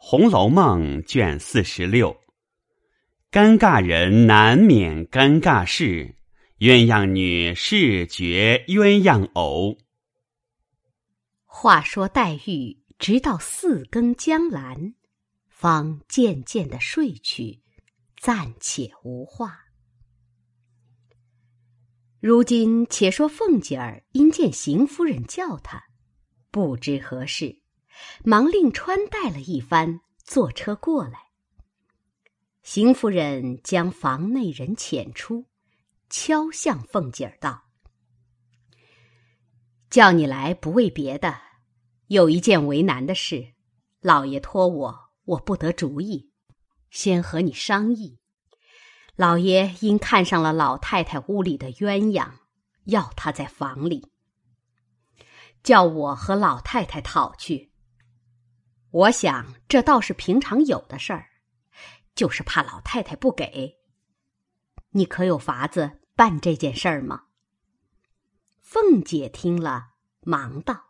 红楼梦》卷46。尴尬人难免尴尬事，鸳鸯女视觉鸳鸯偶。 话说黛玉直到4更将阑，方渐渐地睡去，暂且无话。如今且说凤姐儿因见邢夫人叫她，不知何事，忙令穿戴了一番，坐车过来。邢夫人将房内人遣出，悄向凤姐儿道：“叫你来不为别的，有一件为难的事，老爷托我不得主意，先和你商议。老爷因看上了老太太屋里的鸳鸯，要她在房里，叫我和老太太讨去。我想这倒是平常有的事儿，就是怕老太太不给。你可有法子办这件事儿吗？”凤姐听了，忙道：“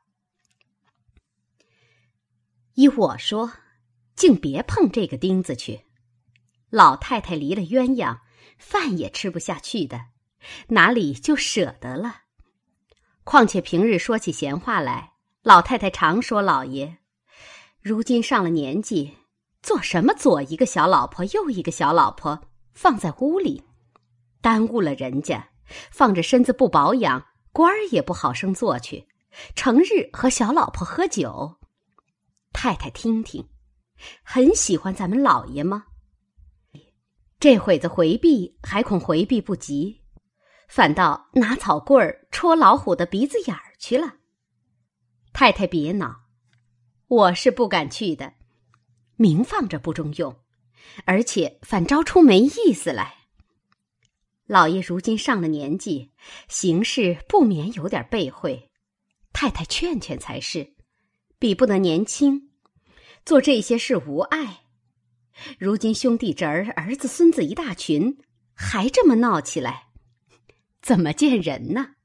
依我说，竟别碰这个钉子去。老太太离了鸳鸯，饭也吃不下去的，哪里就舍得了？况且平日说起闲话来，老太太常说老爷，如今上了年纪，做什么左一个小老婆右一个小老婆放在屋里，耽误了人家，放着身子不保养，官儿也不好生做去，成日和小老婆喝酒。太太听听，很喜欢咱们老爷吗？这会子回避还恐回避不及，反倒拿草棍儿戳老虎的鼻子眼儿去了。太太别恼，我是不敢去的，明放着不中用，而且反招出没意思来。老爷如今上了年纪，行事不免有点背讳，太太劝劝才是，比不得年轻，做这些事无碍。如今兄弟侄儿、儿子孙子一大群，还这么闹起来，怎么见人呢？”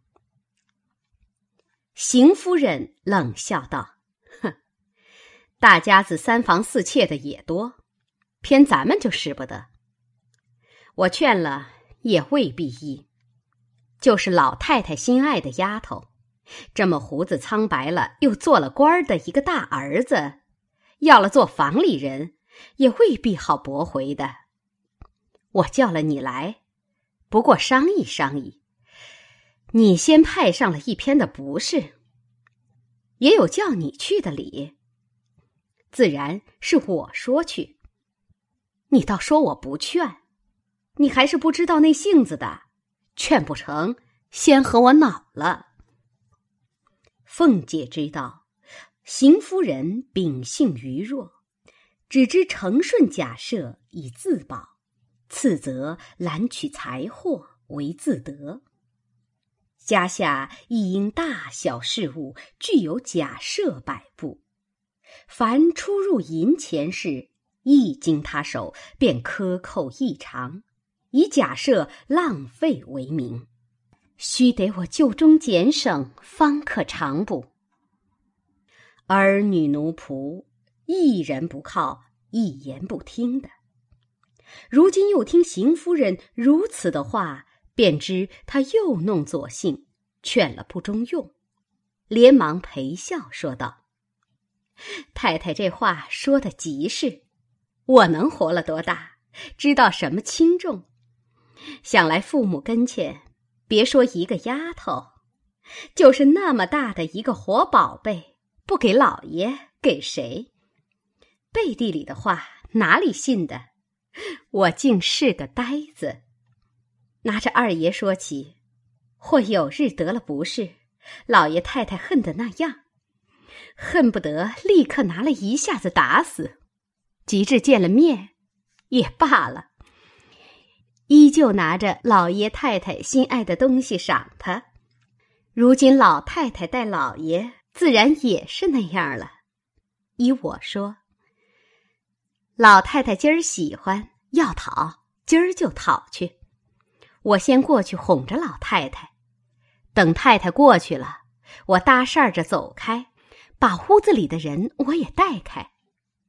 邢夫人冷笑道：“哼，大家子3房4妾的也多，偏咱们就使不得。我劝了也未必依，就是老太太心爱的丫头，这么胡子苍白了又做了官的一个大儿子，要了做房里人，也未必好驳回的。我叫了你来，不过商议商议。你先派上了一篇的不是，也有叫你去的理，自然是我说去。你倒说我不劝，你还是不知道那性子的，劝不成，先和我恼了。”凤姐知道邢夫人秉性愚弱，只知承顺假设以自保，次则揽取财货为自得。家下亦因大小事务具有假设摆布，凡出入银钱事，一经他手便克扣异常，以假设浪费为名，须得我就中俭省，方可偿补。儿女奴仆一人不靠，一言不听的。如今又听邢夫人如此的话，便知她又弄左性，劝了不中用，连忙陪笑说道：“太太这话说的极是，我能活了多大，知道什么轻重。想来父母跟前，别说一个丫头，就是那么大的一个活宝贝，不给老爷给谁？背地里的话哪里信的？我竟是个呆子。拿着二爷说起，或有日得了不是，老爷太太恨得那样，恨不得立刻拿了一下子打死，及至见了面也罢了，依旧拿着老爷太太心爱的东西赏他。如今老太太待老爷，自然也是那样了。依我说，老太太今儿喜欢要讨，今儿就讨去。我先过去哄着老太太，等太太过去了，我搭扇着走开，把屋子里的人我也带开。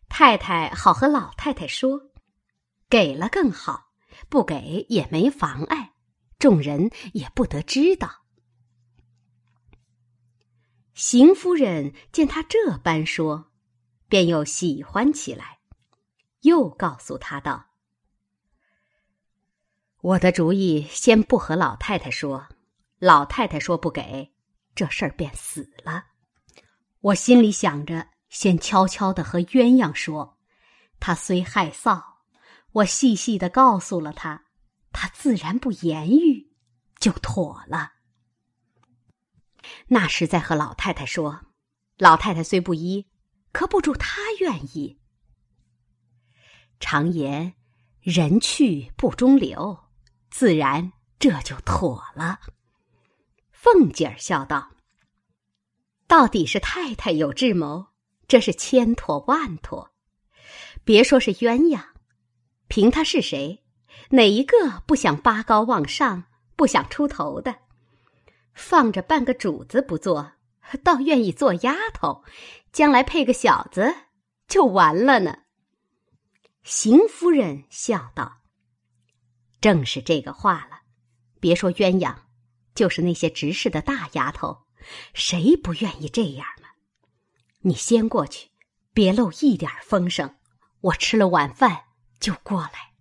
太太好和老太太说，给了更好，不给也没妨碍，众人也不得知道。邢夫人见他这般说，便又喜欢起来，又告诉他道：我的主意先不和老太太说，老太太说不给，这事儿便死了。我心里想着先悄悄地和鸳鸯说，他虽害臊，我细细地告诉了他，他自然不言语，就妥了。那时再和老太太说，老太太虽不依，可不住她愿意。常言人去不中留，自然这就妥了。凤姐儿笑道：到底是太太有智谋，这是千妥万妥。别说是鸳鸯，凭他是谁，哪一个不想拔高往上，不想出头的？放着半个主子不做，倒愿意做丫头，将来配个小子就完了呢。邢夫人笑道：正是这个话了，别说鸳鸯，就是那些执事的大丫头，谁不愿意这样呢？你先过去，别露一点风声，我吃了晚饭就过来。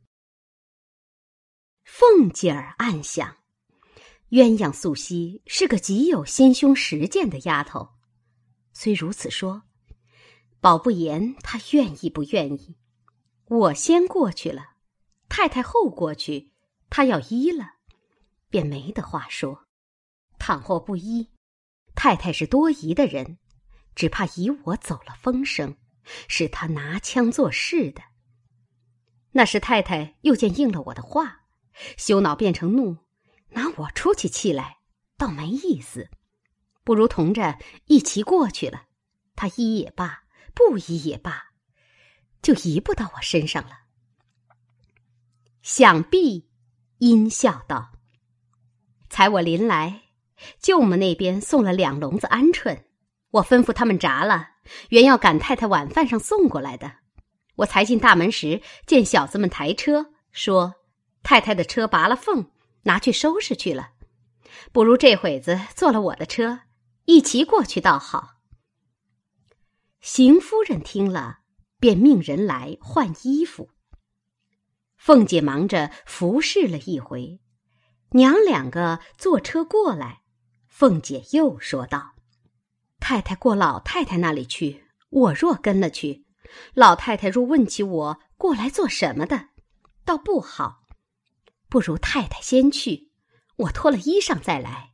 凤姐儿暗想，鸳鸯素汐是个极有心胸实践的丫头，虽如此说，保不言她愿意不愿意。我先过去了，太太后过去，她要依了，便没得话说。倘或不依，太太是多疑的人，只怕以我走了风声，使她拿枪做事的。那时太太又见应了我的话，羞恼变成怒，拿我出起气来，倒没意思。不如同着一齐过去了，她依也罢，不依也罢，就移不到我身上了。想必阴笑道：才我临来，舅母那边送了2笼子鹌鹑，我吩咐他们炸了，原要赶太太晚饭上送过来的。我才进大门时，见小子们抬车，说太太的车拔了缝，拿去收拾去了，不如这会子坐了我的车，一齐过去倒好。邢夫人听了，便命人来换衣服。凤姐忙着服侍了一回，娘2个坐车过来，凤姐又说道：太太过老太太那里去，我若跟了去，老太太若问起我过来做什么的，倒不好，不如太太先去，我脱了衣裳再来。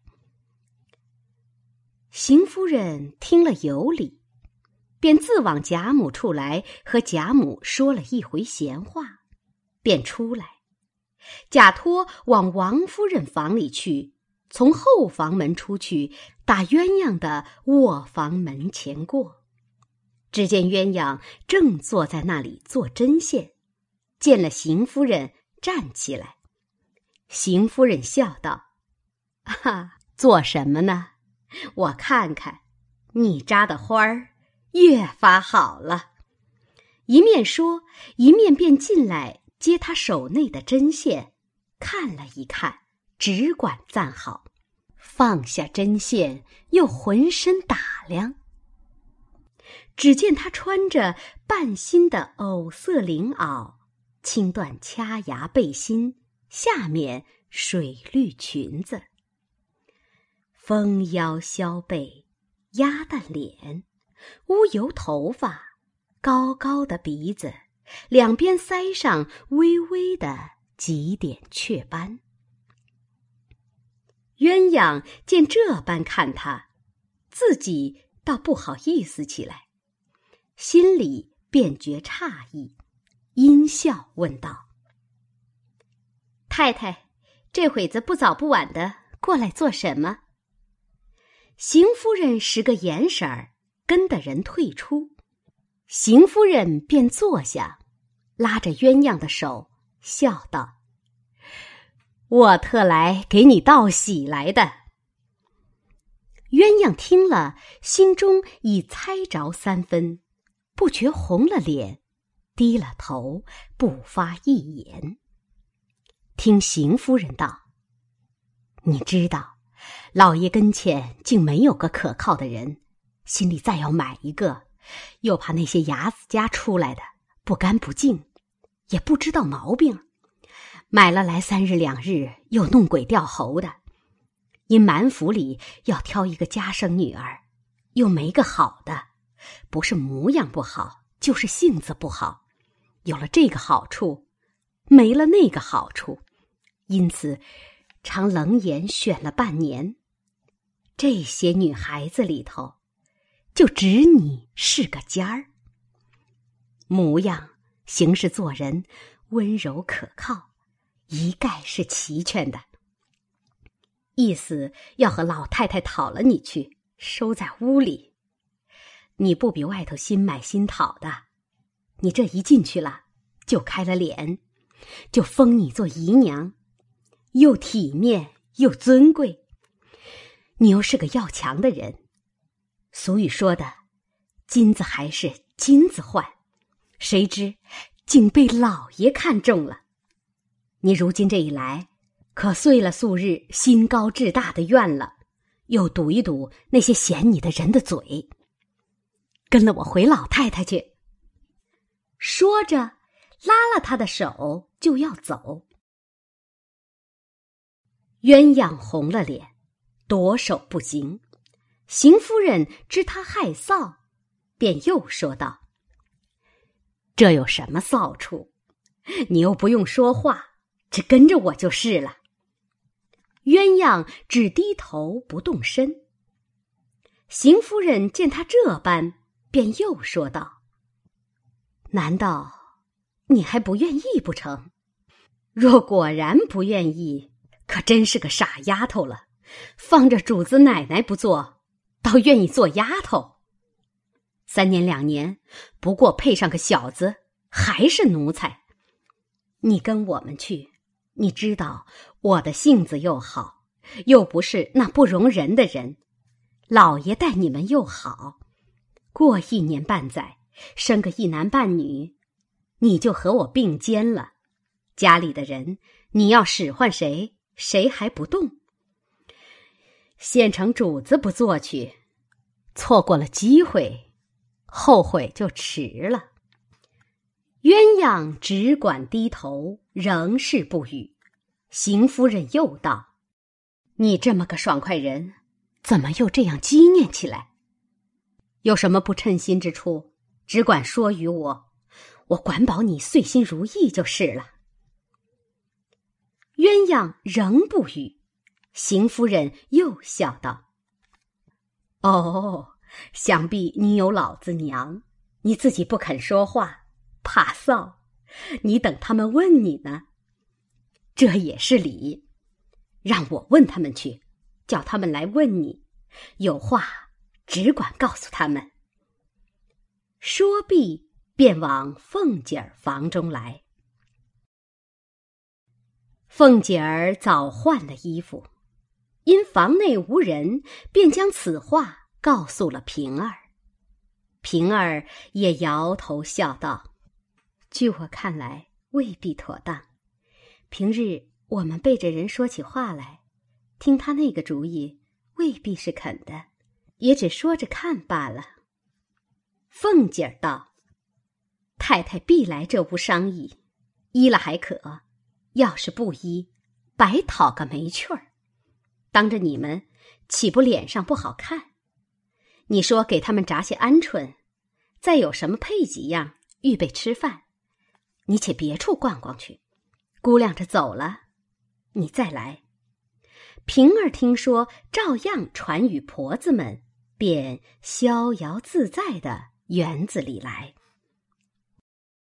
邢夫人听了有理，便自往贾母处来，和贾母说了一回闲话，便出来。贾托往王夫人房里去，从后房门出去，打鸳鸯的卧房门前过。只见鸳鸯正坐在那里做针线，见了邢夫人，站起来。邢夫人笑道：做什么呢？我看看，你扎的花儿越发好了。一面说，一面便进来接他手内的针线，看了一看，只管赞好，放下针线，又浑身打量。只见他穿着半新的藕色绫袄，轻缎掐牙背心，下面水绿裙子，丰腰削背，鸭蛋脸，乌油头发，高高的鼻子，两边腮上微微的几点雀斑。鸳鸯见这般看他，自己倒不好意思起来，心里便觉诧异，阴笑问道：太太，这会子不早不晚的过来做什么？邢夫人使个眼神儿，跟的人退出。邢夫人便坐下，拉着鸳鸯的手，笑道：我特来给你道喜来的。鸳鸯听了，心中已猜着3分，不觉红了脸， 低了头，不发一言。听邢夫人道：“你知道，老爷跟前竟没有个可靠的人，心里再要买一个，又怕那些牙子家出来的不干不净，也不知道毛病，买了来3日2日又弄鬼掉猴的。因满府里要挑一个家生女儿，又没个好的，不是模样不好，就是性子不好，有了这个好处，没了那个好处，因此常冷眼选了半年。这些女孩子里头，就只你是个尖儿，模样行事做人温柔可靠，一概是齐全的。意思要和老太太讨了你去，收在屋里。你不比外头新买新讨的，你这一进去了，就开了脸，就封你做姨娘，又体面又尊贵。你又是个要强的人，俗语说的金子还是金子换，谁知竟被老爷看中了。你如今这一来，可遂了素日心高志大的愿了，又堵一堵那些嫌你的人的嘴。跟了我回老太太去。说着拉了他的手就要走。鸳鸯红了脸，躲手不行。邢夫人知他害臊，便又说道：“这有什么臊处？你又不用说话，只跟着我就是了。”鸳鸯只低头不动身。邢夫人见他这般，便又说道：“难道你还不愿意不成？若果然不愿意，可真是个傻丫头了，放着主子奶奶不做，倒愿意做丫头。3年2年，不过配上个小子，还是奴才。你跟我们去，你知道我的性子又好，又不是那不容人的人，老爷待你们又好，过1年半载，生个1男半女，你就和我并肩了。家里的人，你要使唤谁，谁还不动？现成主子不做去，错过了机会，后悔就迟了。”鸳鸯只管低头，仍是不语。邢夫人又道：“你这么个爽快人，怎么又这样激念起来？有什么不称心之处，只管说与我，我管保你遂心如意就是了。”鸳鸯仍不语。邢夫人又笑道：“哦，想必你有老子娘，你自己不肯说话，怕臊，你等他们问你呢。这也是理，让我问他们去，叫他们来问你，有话只管告诉他们。”说毕，便往凤姐儿房中来。凤姐儿早换了衣服，因房内无人，便将此话告诉了平儿。平儿也摇头笑道：“据我看来，未必妥当。平日我们背着人说起话来，听他那个主意，未必是肯的，也只说着看罢了。”凤姐儿道：“太太必来这屋商议，依了还可，要是不依，白讨个没趣儿。当着你们，岂不脸上不好看？你说给他们炸些鹌鹑，再有什么配几样，预备吃饭。你且别处逛逛去，估量着走了，你再来。”平儿听说，照样传与婆子们，便逍遥自在的园子里来。